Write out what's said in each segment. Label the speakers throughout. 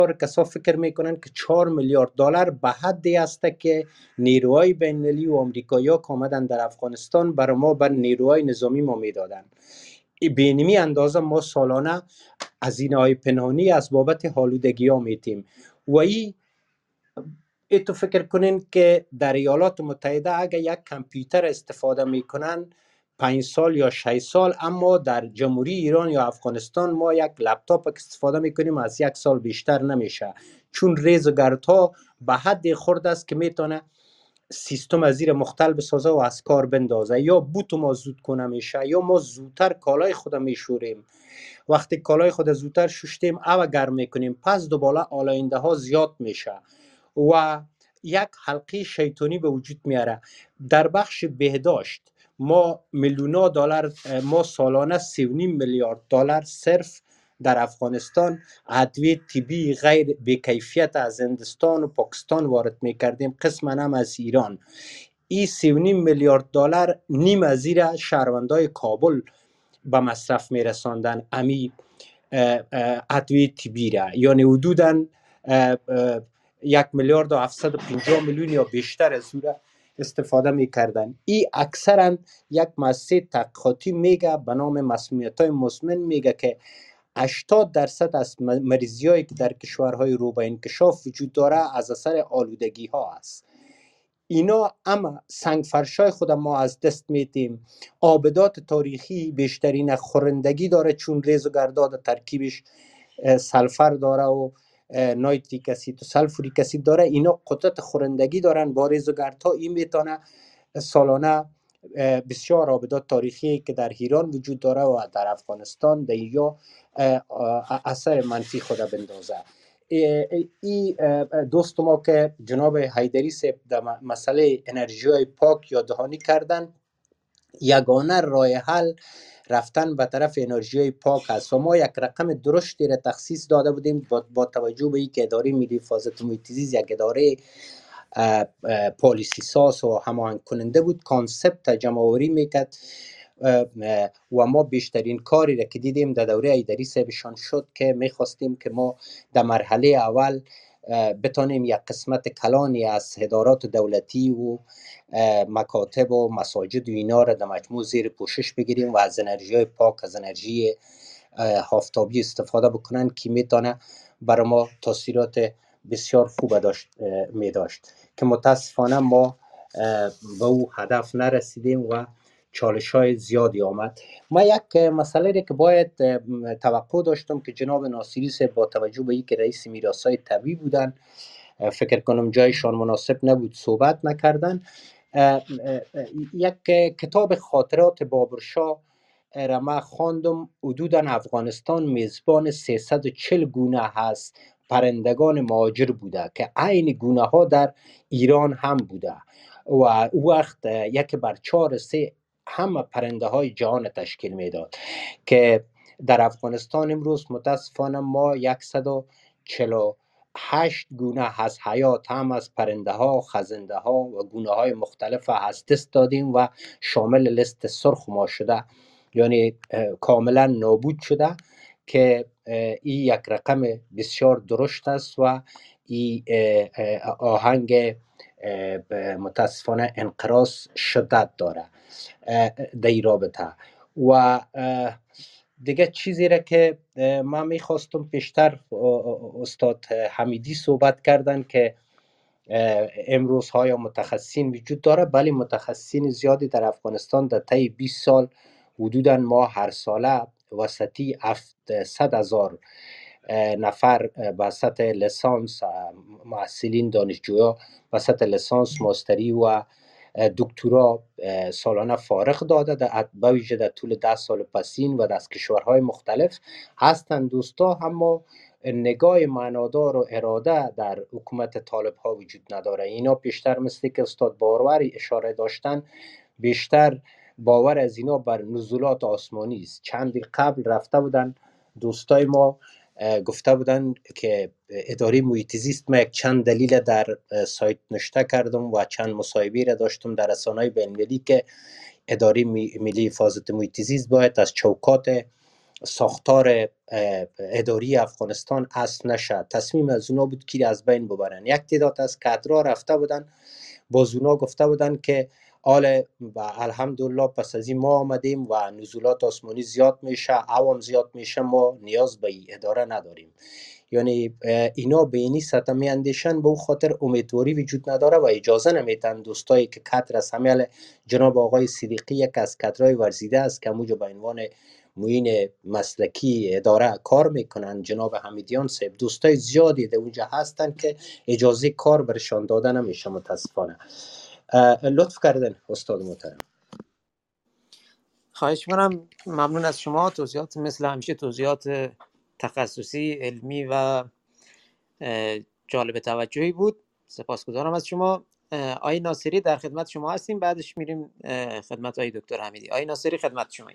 Speaker 1: کسا فکر میکنن که 4 میلیارد دلار به حدی است که نیروهای بین المللی و آمریکایی‌ها که آمدن در افغانستان برای ما، بر نیروهای نظامی ما میدادن. به اینمی اندازه ما سالانه هزینه‌های پنهانی از بابت آلودگی ها میتیم. و ای تو فکر کنین که در ایالات متحده اگر یک کامپیوتر استفاده میکنن 5 سال یا 6 سال، اما در جمهوری ایران یا افغانستان ما یک لپتاپ استفاده میکنیم از 1 سال بیشتر نمیشه، چون ریز و گردها به حد خورد است که میتونه سیستم از زیر مختل بسازه و از کار بندازه. یا بوت ما زود کنه میشه، یا ما زودتر کالای خود میشوریم. وقتی کالای خود زودتر شوشتیم او گرم میکنیم، پس دوباره آلاینده ها زیاد میشه و یک حلقه شیطانی به وجود میاره. در بخش بهداشت ما میلیون دلار، ما سالانه 3.5 میلیارد دلار صرف در افغانستان ادویه طبی غیر بیکیفیت از هندوستان و پاکستان وارد میکردیم، قسمن هم از ایران. این 3.5 میلیارد دلار نیم از زیر شهروندای کابل به مصرف میرساندن امی ادویه طبی را، یعنی حدوداً 1,750,000,000 یا بیشتر از او را استفاده میکردن. این اکثرا یک مؤسسه تحقیقاتی میگه به نام مسمومیت های مزمن، میگه که 80% از مریضی هایی که در کشورهای رو به انکشاف وجود داره از اثر آلودگی ها است. اینا اما سنگ فرشای خود ما از دست میدیم. آبدات تاریخی بیشترین خورندگی داره، چون ریز و گرداد ترکیبش سلفر داره و نایتریک اسید و سلفوریک اسید داره. اینا قدرت خورندگی دارن با ریز و گردها. این میتونه سالانه بسیار آبدات تاریخی که در ایران وجود داره و در افغانستان در یا اثر منفی خود بندازه. ای دوست ما که جناب حیدری صاحب در مسئله انرژی های پاک یاددهانی کردن، یگانه راه حل رفتن به طرف انرژی های پاک است و ما یک رقم درشتی را تخصیص داده بودیم با توجه به اینکه اداره ملی حفاظت محیط زیست یک اداره پالیسی ساز و هماهنگ کننده بود، کانسپت جمع آوری میکرد و ما بیشترین کاری را که دیدیم در دوره حیدری صاحبشان شد که میخواستیم که ما در مرحله اول بتانیم یک قسمت کلانی از ادارات دولتی و مکاتب و مساجد و اینا را در مجموع زیر پوشش بگیریم و از انرژی های پاک، از انرژی آفتابی استفاده بکنن که میتونه برای ما تاثیرات بسیار خوب می داشت که متاسفانه ما به او هدف نرسیدیم و چالش های زیادی آمد. ما یک مسئله که باید توقع داشتم که جناب ناصری صاحب با توجه به اینکه رئیس میراث‌های طبیعی بودن، فکر کنم جایشان مناسب نبود صحبت نکردن. یک کتاب خاطرات بابرشاه را ما خواندم. حدودا افغانستان میزبان 340 گونه هست پرندگان مهاجر بوده که عین گونه ها در ایران هم بوده و او وقت 1/4 همه پرنده های جهان تشکیل میداد که در افغانستان امروز متاسفانه ما 148 گونه از حیات هم از پرنده ها، خزنده ها و گونه های مختلف از دست دادیم و شامل لیست سرخ ما شده، یعنی کاملا نابود شده که این یک رقم بسیار درشت است و این آهنگ متاسفانه انقراض شدت داره در این رابطه. و دیگه چیزی را که من میخواستم پیشتر استاد حمیدی صحبت کردن که امروز های متخصصین وجود داره، ولی متخصصین زیادی در افغانستان در طی 20 سال حدودا ما هر ساله وسطی 700,000 نفر وسط لسانس محصلین دانشجویا وسط لسانس ماستری و دکترا سالانه فارغ داده به ویژه در طول 10 سال پسین و از کشورهای مختلف هستند دوستا. اما نگاه معنادار و اراده در حکومت طالب ها وجود نداره. اینا بیشتر مثل که استاد باروری اشاره داشتن، بیشتر باور از اینا بر نزولات آسمانی است. چندی قبل رفته بودن دوستای ما گفته بودن که اداره محیط زیست، ما یک چند دلیل در سایت نشته کردم و چند مصاحبه را داشتم در رسانه‌های بین‌المللی که اداره ملی حفاظت محیط زیست باید از چوکات ساختار اداری افغانستان اصل نشه. تصمیم از اونا بود که از بین ببرن. یک تعداد از کادرها رفته بودن، باز اونا گفته بودن که آل و الحمدلله پس از این ما آمدیم و نزولات آسمانی زیاد میشه، عوام زیاد میشه، ما نیاز به این اداره نداریم. یعنی اینا به اینی سطح می اندیشن، به او خاطر امیدواری وجود نداره و اجازه نمیتن دوستایی که کادر از همه جناب آقای صدیقی یک از کادرهای ورزیده است که موجب به عنوان معین مسلکی اداره کار میکنن، جناب حمیدیان صاحب، دوستای زیادی در اونجا هستن که اجازه کار برشان داده نمیشه متاسفانه. لطف کردن استاد محترم.
Speaker 2: خواهش می‌کنم. ممنون از شما. توضیحات مثل همیشه توضیحات تخصصی، علمی و جالب توجهی بود. سپاسگزارم از شما. آقای ناصری در خدمت شما هستیم، بعدش میریم خدمت آقای دکتر حمیدی. آقای ناصری خدمت شما.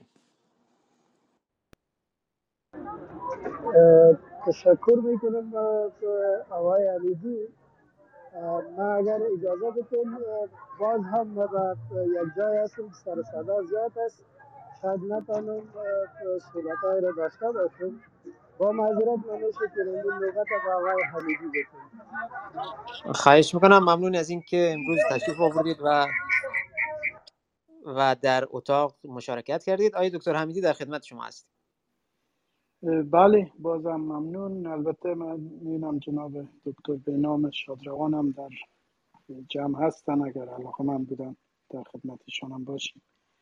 Speaker 3: تشکر میکنم آقای علیزی. من اگر اجازه بتون باز هم به یک جای هستم سر صدا زیاد است، شاید نتانم صحبتهای را داشته باشم. با معذرت من میشه که نوبت به آقای حمیدی بتون.
Speaker 2: خواهش میکنم. ممنون از اینکه امروز تشریف آوردید و در اتاق مشارکت کردید. آقای دکتر حمیدی در خدمت شما هست.
Speaker 3: بله، بازم ممنون. البته من می‌بینم جناب دکتر بینام شادروان هم در جمع هستن، اگر علاقه من بودن در خدمتشان هم باشیم.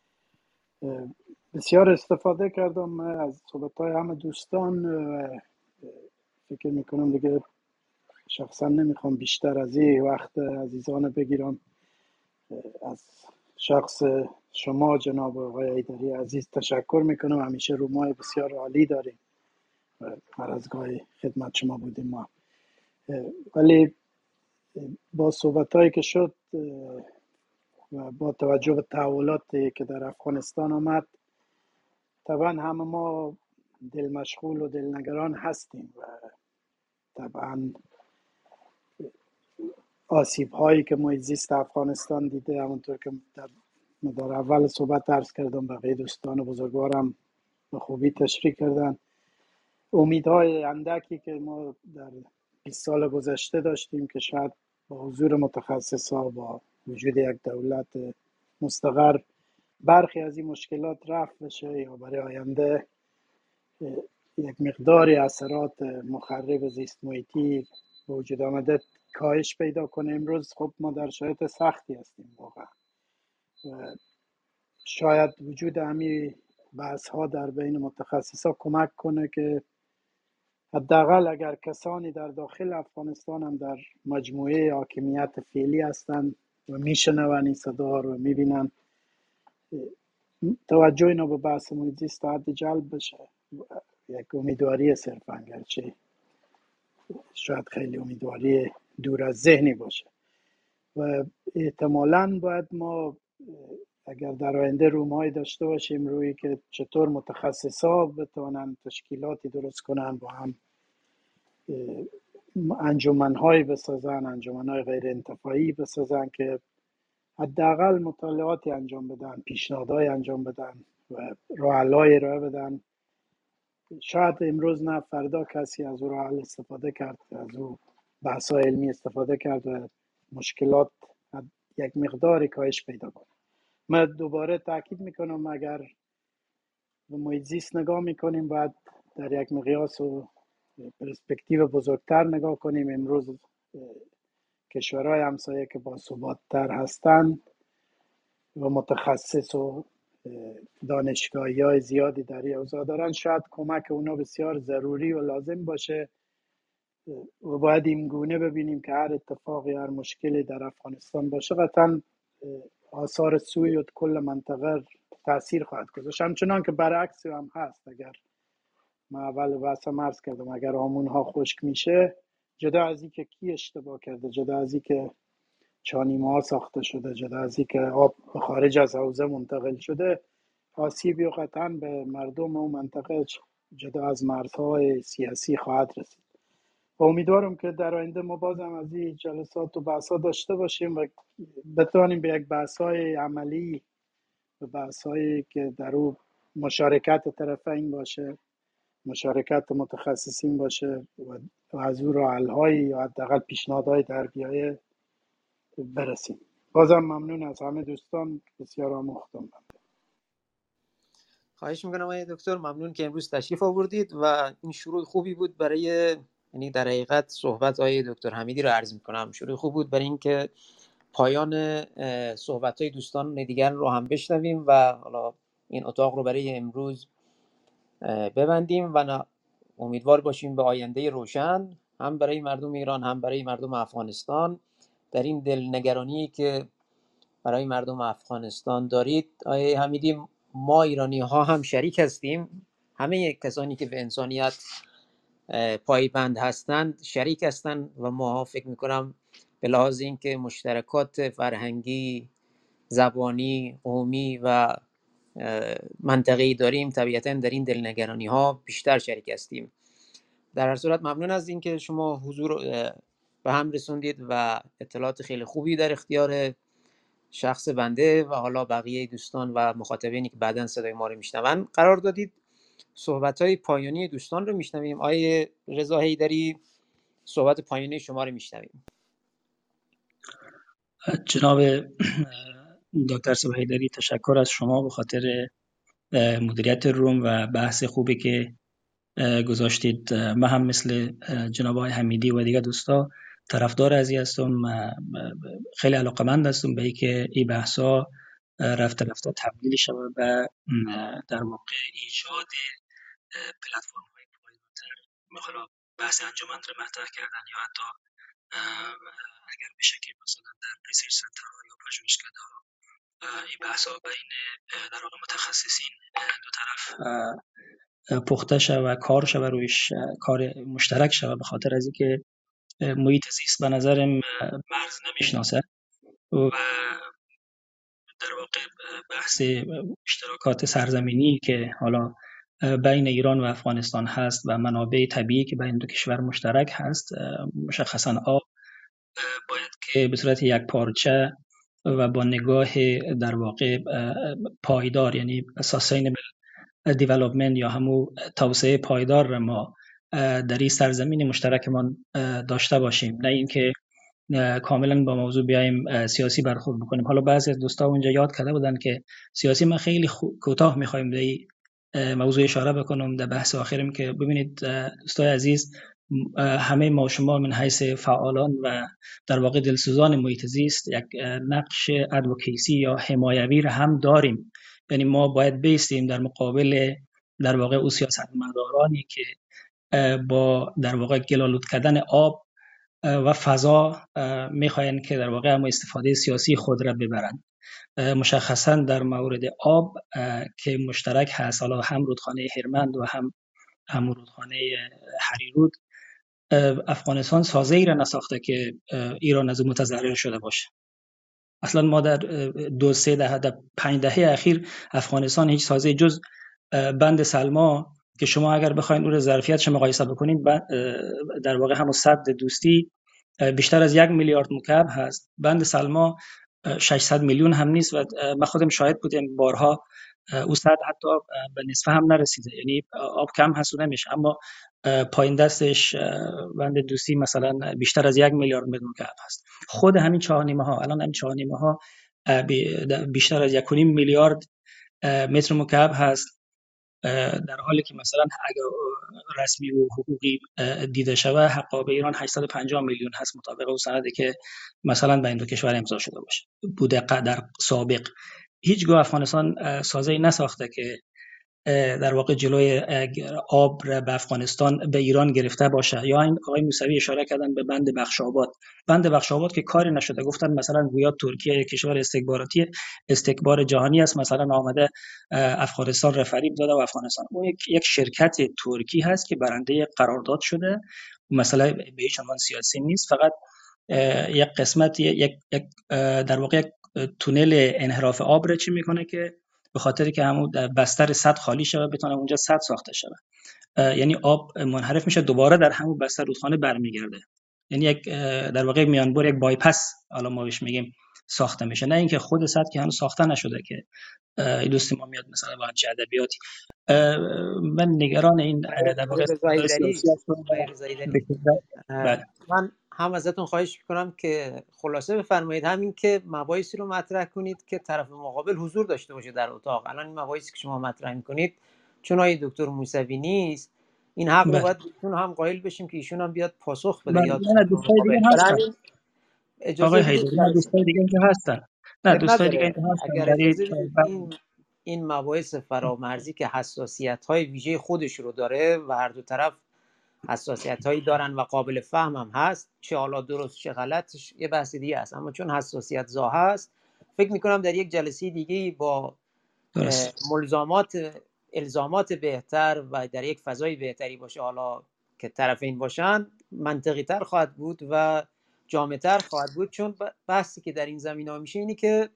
Speaker 3: بسیار استفاده کردم من از صحبت‌های همه دوستان. فکر میکنم دیگه شخصا نمیخوام بیشتر از این وقت عزیزان بگیرم. از شخص شما جناب آقای ایدری عزیز تشکر میکنم. همیشه رومای بسیار عالی داریم. هر از گاهی خدمت شما بودیم ما. ولی با صحبت‌هایی که شد و با توجه به تحولاتی که در افغانستان آمد، طبعا همه ما دل مشغول و دلنگران هستیم و طبعا آسیب هایی که محیط زیست افغانستان دیده، همونطور که در اول صحبت عرض کردم، بقیه دوستان بزرگوارم به خوبی تشریح کردن. امیدهای اندکی که ما در 20 سال گذشته داشتیم که شاید با حضور متخصصا، با وجود یک دولت مستقر، برخی از این مشکلات رفع بشه یا برای آینده یک مقداری اثرات مخرب زیست محیطی به وجود آمده کاهش پیدا کنه. امروز خب ما در شرایط سختی هستیم واقعا. شاید وجود همین بحث ها در بین متخصصا کمک کنه که حداقل اگر کسانی در داخل افغانستان هم در مجموعه حاکمیت فعلی هستند و میشنون این صدا رو میبینن، توجه اینا به بحث محیط زیست تا حد جلب بشه. یک امیدواری صرفا، گرچه شاید خیلی امیدواری دور از ذهنی باشه و احتمالاً باید ما اگر در آینده رومایی داشته باشیم روی که چطور متخصصا بتوانن تشکیلاتی درست کنن، با هم انجمن‌هایی بسازن، انجمن‌های غیر انتفاعی بسازن که حداقل مطالعاتی انجام بدن، پیشنهادهای انجام بدن و راه حل‌هایی ارائه بدن. شاید امروز نه فردا کسی از او راه حل استفاده کرد، از او بحث‌های علمی استفاده کرد و مشکلات یک مقداری کاهش پیدا کنه. من دوباره تاکید میکنم اگر به محیط زیست نگاه میکنیم باید در یک مقیاس و پرسپکتیو بزرگتر نگاه کنیم. امروز کشورهای همسایه که با ثبات‌تر هستند و متخصص و دانشگاهی‌های زیادی در این حوزه دارن، شاید کمک اونا بسیار ضروری و لازم باشه و باید این گونه ببینیم که هر اتفاقی، هر مشکلی در افغانستان باشه قطعا آثار سوی و کل منطقه تأثیر خواهد گذاشت. همچنان که برعکس هم هست. اگر من اول بحثم عرض کردم اگر آمون ها خشک میشه، جدا از این که کی اشتباه کرده، جدا از این که چانیمه ها ساخته شده، جدا از این که آب به خارج از حوزه منتقل شده، آسیبی و قطعا به مردم و منطقه جدا از مرزهای سیاسی خواهد رسید. و امیدوارم که در آینده ما بازم از این جلسات و بحث‌ها داشته باشیم و بتوانیم به یک بحث‌های عملی، به بحث‌هایی که در او مشارکت طرفین باشه مشارکت متخصصین باشه و از او راه حل‌هایی یا حداقل پیشنهادهای در بیایه برسیم. بازم ممنون از همه دوستان، بسیار آموختم.
Speaker 2: خواهش میکنم آقای دکتر، ممنون که امروز تشریف آوردید و این شروع خوبی بود برای، یعنی در حقیقت صحبت آقای دکتر حمیدی رو عرض میکنم، شروع خوب بود برای اینکه پایان صحبت های دوستان دیگر رو هم بشنویم و حالا این اتاق رو برای امروز ببندیم و امیدوار باشیم به آینده روشن، هم برای مردم ایران هم برای مردم افغانستان، در این دلنگرانی که برای مردم افغانستان دارید. آقای حمیدی، ما ایرانی ها هم شریک هستیم، همه کسانی که به انسانیت پایبند هستند شریک هستند و ما فکر میکنم به لحاظ اینکه مشترکات فرهنگی، زبانی، قومی و منطقه‌ای داریم، طبیعتاً در این دلنگرانی ها بیشتر شریک هستیم. در هر صورت ممنون از اینکه شما حضور به هم رسوندید و اطلاعات خیلی خوبی در اختیار شخص بنده و حالا بقیه دوستان و مخاطبینی که بعداً صدای ما رو میشنون قرار دادید. صحبت‌های پایانی دوستان رو میشنویم. آقای رضا حیدری، صحبت پایانی شما رو میشنویم.
Speaker 4: جناب دکتر حیدری، تشکر از شما به خاطر مدیریت روم و بحث خوبی که گذاشتید. من هم مثل جناب آقای حمیدی و دیگر دوستا طرفدار ازی هستم، خیلی علاقمند هستم به اینکه این بحثا رفته تبدیل شود و در واقع ایجاد پلتفرم های پایدارتر، مثلا بحث انجمن رو مطرح کردن یا حتی اگر بشه که مثلا در ریسرچ سنترها یا پژوهشکده‌ها این بحثا بین در واقع متخصصین دو طرف پخته شود و کار شود رویش، کار مشترک شود، به خاطر از اینکه محیط زیست به نظرم مرز نمیشناسه و در واقع بحث اشتراکات سرزمینی که حالا بین ایران و افغانستان هست و منابع طبیعی که بین دو کشور مشترک هست، مشخصا آب باید که به صورت یک پارچه و با نگاه در واقع پایدار، یعنی sustainable development یا همون توسعه پایدار را ما در این سرزمین مشترکمان داشته باشیم، نه اینکه کاملا با موضوع بیایم سیاسی برخورد بکنیم. حالا بعضی از دوستا اونجا یاد کرده بودن که سیاسی، من خیلی کوتاه میخوایم در این موضوع اشاره بکنم در بحث آخرم که ببینید دوستای عزیز، همه ما شما من حیث فعالان و در واقع دلسوزان محیط زیست یک نقش ادوکیسی یا حمایوی را هم داریم. یعنی ما باید بیستیم در مقابل در واقع او سیاستمدارانی که با در واقع گلالود کردن آب و فضا میخواین که در واقع هم استفاده سیاسی خود را ببرند. مشخصا در مورد آب که مشترک هست، حالا هم رودخانه هرمند و هم رودخانه هریرود، افغانستان سازه ای را نساخته که ایران از اون متضرر شده باشه. اصلا ما در 2-3 دهه در 5 دهه اخیر افغانستان هیچ سازه جز بند سلما که شما اگر بخواید اون ظرفیتش مقایسه بکنید، در واقع همون سد دوستی بیشتر از 1 میلیارد مکعب هست. بند سلما 600 میلیون هم نیست و من خودم شاهد بودم بارها او سد حتی به نصف هم نرسیده، یعنی آب کم هست و نمیشه، اما پایین دستش بند دوستی مثلا بیشتر از 1 میلیارد متر مکعب هست. خود همین چهارنیمه ها، الان همین چهارنیمه ها بیشتر از 1.5 میلیارد متر مکعب هست، در حالی که مثلا اگر رسمی و حقوقی دیده شود حقابه ایران 850 میلیون هست مطابق اون سندی که مثلا بین دو کشور امضا شده باشه بوده. در سابق هیچگاه افغانستان سازه‌ای نساخته که در واقع جلوی آب را به افغانستان به ایران گرفته باشه. یا این آقای موسوی اشاره کردن به بند بخش آباد که کاری نشده، گفتن مثلا گویا ترکیه کشور استکباراتی استکبار جهانی است، مثلا آمده افغانستان را فریب داده و افغانستان اون یک شرکت ترکی هست که برنده قرارداد شده. مسئله به هیچ عنوان سیاسی نیست، فقط یک قسمت یک در واقع یک تونل انحراف آب را چی میکنه که به خاطر که همون بستر سد خالی شده بتونه اونجا سد ساخته شده، یعنی آب منحرف میشه دوباره در همون بستر رودخانه برمیگرده، یعنی یک در واقع میانبر، یک بایپاس حالا ما بهش میگیم ساخته میشه، نه اینکه خود سد که هنوز ساخته نشده که دوست ما میاد مثلا با همچه ادبیاتی. من نگران این در واقع استعدادهای سیاسی هستم و به شدت بله.
Speaker 2: من هم ازتون خواهش میکنم که خلاصه بفرمایید، همین که مباحثی رو مطرح کنید که طرف مقابل حضور داشته باشه در اتاق. الان این مباحثی که شما مطرح میکنید چون آقای دکتر موسوی نیست، این حق رو باید ایشون هم قائل بشیم که ایشون هم بیاد پاسخ بده.
Speaker 4: بله.
Speaker 2: یا
Speaker 4: نه دوستای دیگه هستن
Speaker 2: اجازه بدید
Speaker 4: نه دوستای دیگه اینجا هستن. نه دوستای دیگه اینجا هستن.
Speaker 2: اگر اجازه بدید این مباحث فرامرزی که حساسیت‌های ویژه خودش رو داره و هر دو طرف حساسیت‌هایی دارن و قابل فهم هم هست، چه حالا درست چه غلطش یه بحث دیگه است، اما چون حساسیت زا هست فکر می‌کنم در یک جلسه دیگه با الزامات بهتر و در یک فضای بهتری باشه، حالا که طرفین باشن، منطقی‌تر خواهد بود و جامع‌تر خواهد بود. چون بحثی که در این زمینه‌ها میشه اینی که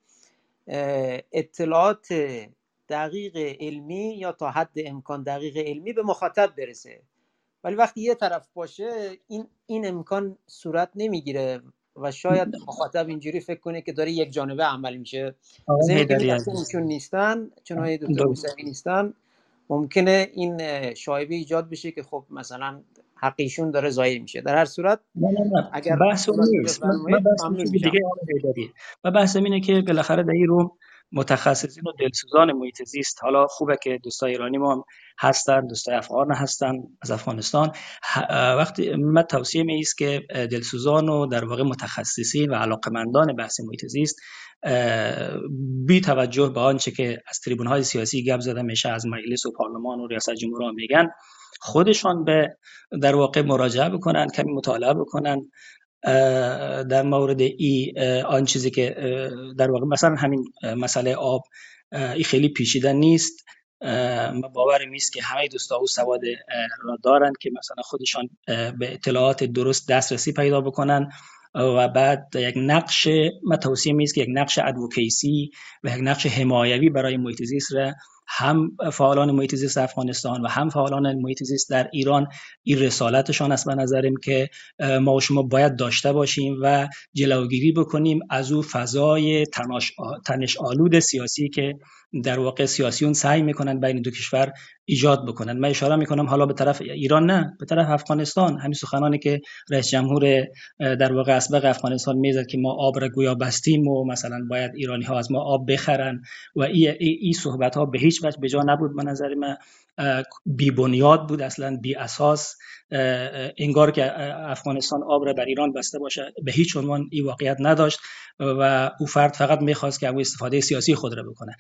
Speaker 2: اطلاعات دقیق علمی یا تا حد امکان دقیق علمی به مخاطب برسه، ولی وقتی یه طرف باشه این امکان صورت نمیگیره و شاید مخاطب اینجوری فکر کنه که داره یک جانبه عمل میشه. چون نیستن، چون های دکتر موسوی نیستن، ممکنه این شایبه ایجاد بشه که خب مثلا حقیشون داره ضایع میشه. در هر صورت
Speaker 4: نه
Speaker 2: اگر
Speaker 4: بحث نیست. من بحث دیگه هیدری و بحث اینه که بالاخره در این روم متخصصین و دلسوزان محیط زیست، حالا خوبه که دوستای ایرانی ما هم هستن، دوستای افغان هستن از افغانستان، وقتی من توصیه می است که دلسوزان و در واقع متخصصین و علاقمندان بحث محیط زیست بی توجه به آنچه که از تریبون‌های سیاسی گپ زده میشه، از مجلس و پارلمان و ریاست جمهوری میگن، خودشان به در واقع مراجعه بکنن، کمی مطالعه بکنن در مورد آن چیزی که در واقع مثلا همین مسئله آب این خیلی پیچیده نیست. باورم نیست که همه دوستا او سواد را دارن که مثلا خودشان به اطلاعات درست دسترسی پیدا بکنن و بعد یک نقش، من توصیه میست که یک نقش ادوکیسی و یک نقش حمایوی برای محیط زیست را هم فعالان محیط زیست افغانستان و هم فعالان محیط زیست در ایران، این رسالتشان است به نظرم که ما و شما باید داشته باشیم و جلوگیری بکنیم از او فضای تنش آلود سیاسی که در واقع سیاسیون سعی میکنن بین دو کشور ایجاد بکنن. من اشاره میکنم حالا به طرف ایران، نه به طرف افغانستان، همین سخنانی که رئیس جمهور در واقع اسبق افغانستان میزد که ما آب را گویا بستیم و مثلا باید ایرانی ها از ما آب بخرن و این صحبت ها به هیچ وجه به جا نبود. به نظر من بی بنیاد بود، اصلا بی اساس. انگار که افغانستان آب را بر ایران بسته باشه، به هیچ عنوان این واقعیت نداشت و او فرد فقط میخواست که او استفاده سیاسی خود را بکنه.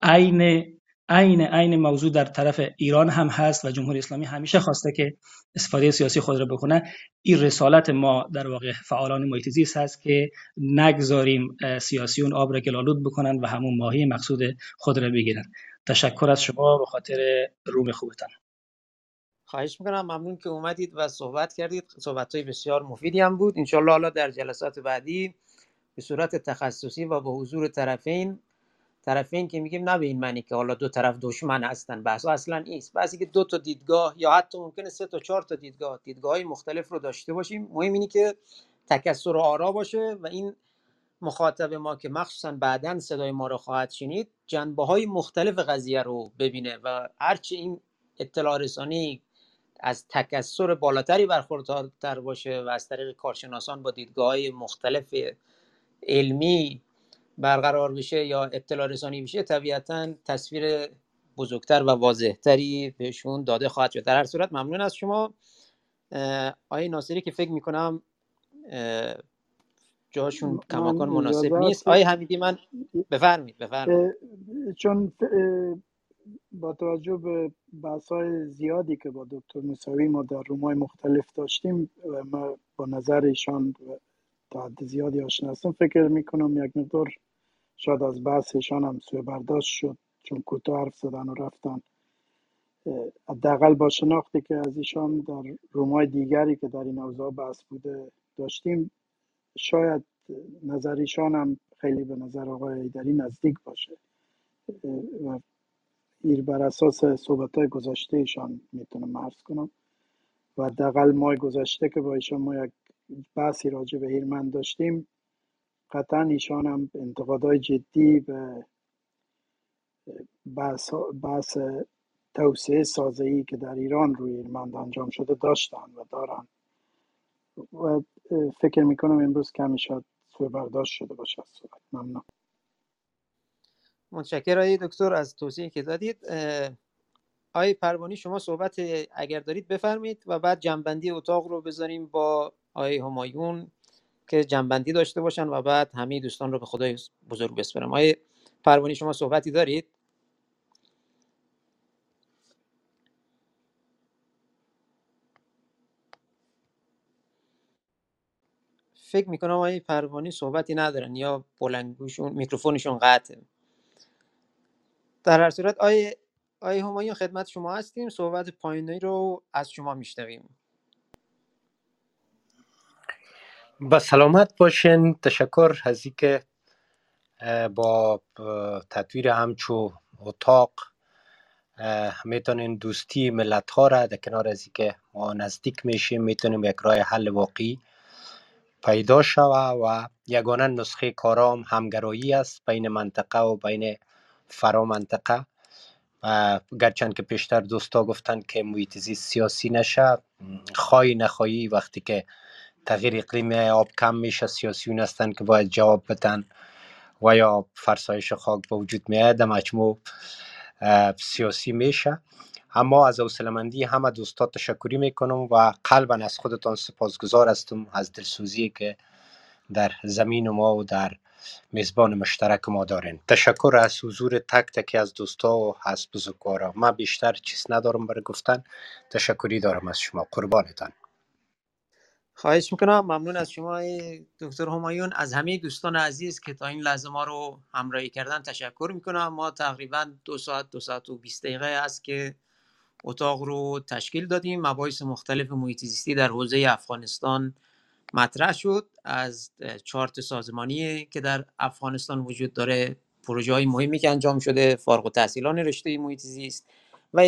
Speaker 4: عین موضوع در طرف ایران هم هست و جمهوری اسلامی همیشه خواسته که استفاده سیاسی خود را بکنه. این رسالت ما در واقع فعالان محیط زیست هست که نگذاریم سیاسیون آب را گلالود بکنن و همون ماهی مقصود خود را بگیرن. تشکر از شما به خاطر روم خوبتان.
Speaker 2: خواهش میکنم، ممنون که اومدید و صحبت کردید. صحبت‌های بسیار مفیدی هم بود. انشالله حالا در جلسات بعدی به صورت تخصصی و با حضور طرفین که میگیم نه به این معنی که حالا دو طرف دشمن هستن، بحث اصلا نیست. بحثی که دو تا دیدگاه یا حتی ممکنه 3 تا 4 تا دیدگاه‌های مختلف رو داشته باشیم. مهم اینه که تکثر آرا باشه و این مخاطب ما که مخصوصا بعداً صدای ما رو خواهد شنید جنبه‌های مختلف قضیه رو ببینه و هرچی این اطلاع رسانی از تکثر بالاتری برخوردار باشه و از طریق کارشناسان با دیدگاه‌های مختلف علمی برقرار بشه یا اطلاع رسانی بشه، طبیعتاً تصویر بزرگتر و واضحتری بهشون داده خواهد شد. در هر صورت ممنون از شما آقای ناصری که فکر میکنم جاشون کماکان مناسب نیست. آقای حمیدی من بفرمایید.
Speaker 3: چون با توجه به بحث‌های زیادی که با دکتر موسوی ما در روم‌های مختلف داشتیم و ما با نظر ایشان تا حد زیادی آشنا هستم، فکر میکنم یک مقدار شاید از بحث ایشان هم سوء برداشت شد چون کوتاه حرف زدن و رفتن. حداقل با شناختی که از ایشان در روم‌های دیگری که در این اوضاع بحث بوده داشتیم، شاید نظر ایشان هم خیلی به نظر آقای حیدری نزدیک باشه و این بر اساس صحبت‌های گذشته ایشان میتونم عرض کنم و حداقل ماه گذشته که با ایشان ما یک بحثی راجع به هیرمند داشتیم، قطعا ایشان هم انتقادهای جدی به بحث توسعه سازه‌ای که در ایران روی ایرمند انجام شده داشتن و دارن و فکر میکنم امروز کمی شاید سوء برداشت شده باشه از صحبت. ممنون.
Speaker 2: متشکرم آقای دکتر از توضیحی که دادید. آقای پروانی شما صحبت اگر دارید بفرمایید و بعد جنبندی اتاق رو بذاریم با آقای همایون که جنبندی داشته باشن و بعد همه دوستان رو به خدای بزرگ بسپارم. آقای پروانی شما صحبتی دارید؟ فکر میکنم آقای پروانی صحبتی ندارن یا بلندگوشون میکروفونشون قطعه. در هر صورت آقای همایون خدمت شما هستیم، صحبت پایانی رو از شما میشنویم.
Speaker 1: با سلامت باشین. تشکر از اینکه با تدویر همچو اتاق میتونین دوستی ملت ها را در کنار از اینکه ما نزدیک میشیم میتونیم یک راه حل واقعی پیدا شود و یگانه نسخه کارام همگرایی است بین منطقه و بین فرا منطقه. گرچند که پیشتر دوستا گفتن که محیط زیست سیاسی نشه، خواهی نخواهی وقتی که تغییر اقلیمی آب کم میشه سیاسیون هستن که باید جواب بدن و یا فرسایش خاک به وجود میاد در مجموع سیاسی میشه. اما از حوصله‌مندی همه دوستا تشکری میکنم و قلبا از خودتان سپاسگزار هستم از دلسوزی که در زمین ما و در میزبان مشترک ما دارین. تشکر از حضور تک تکی از دوستا و از بزرگوارا. من بیشتر چیز ندارم برای گفتن. تشکری دارم از شما. قربانتان.
Speaker 2: خواهش میکنم. ممنون از شما دکتر همایون. از همه دوستان عزیز که تا این لحظه ما رو همراهی کردن تشکر میکنم. ما تقریبا 2 ساعت و 20 دقیقه است که اتاق رو تشکیل دادیم. مباحث مختلف محیط زیستی در حوزه افغانستان مطرح شد، از چارت سازمانی که در افغانستان وجود داره، پروژه های مهمی که انجام شده، فارغ التحصیلان رشته محیط زیست و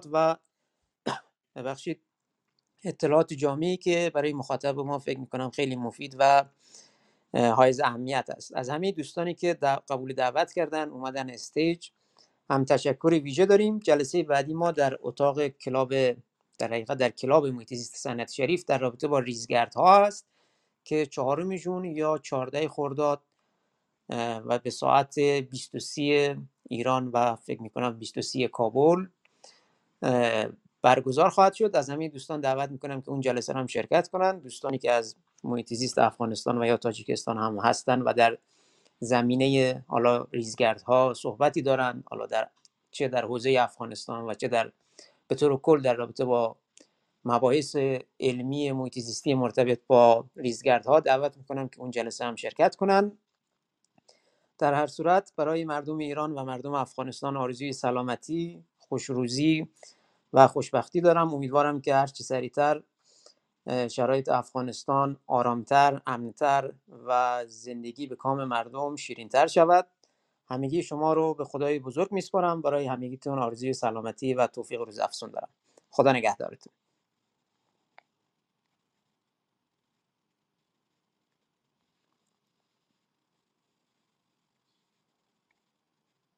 Speaker 2: اطلاعات جامعی که برای مخاطب ما فکر میکنم خیلی مفید و حائز اهمیت است. از همه دوستانی که قبول دعوت کردن اومدن استیج هم تشکر ویژه داریم. جلسه بعدی ما در اتاق کلاب، در حقیقت در کلاب محیط زیست صنعت شریف در رابطه با ریزگردها است که 4 ژوئن یا 14 خرداد و به ساعت 23 ایران و فکر میکنم 23 کابل برگزار خواهد شد. از همه دوستان دعوت میکنم که اون جلسه هم شرکت کنند. دوستانی که از محیط زیست افغانستان و یا تاجیکستان هم هستن و در زمینه حالا ریزگردها صحبتی دارن، حالا چه در حوزه افغانستان و چه به طور کل در رابطه با مباحث علمی محیط زیستی مرتبط با ریزگردها، دعوت میکنم که اون جلسه هم شرکت کنن. در هر صورت برای مردم ایران و مردم افغانستان آرزوی سلامتی، خوشروزی و خوشبختی دارم. امیدوارم که هر چه سریعتر شرایط افغانستان آرامتر، امنتر و زندگی به کام مردم شیرینتر شود. همگی شما رو به خدای بزرگ میسپارم. برای همگیتون آرزوی سلامتی و توفیق روز افزون دارم. خدا نگهدارتون.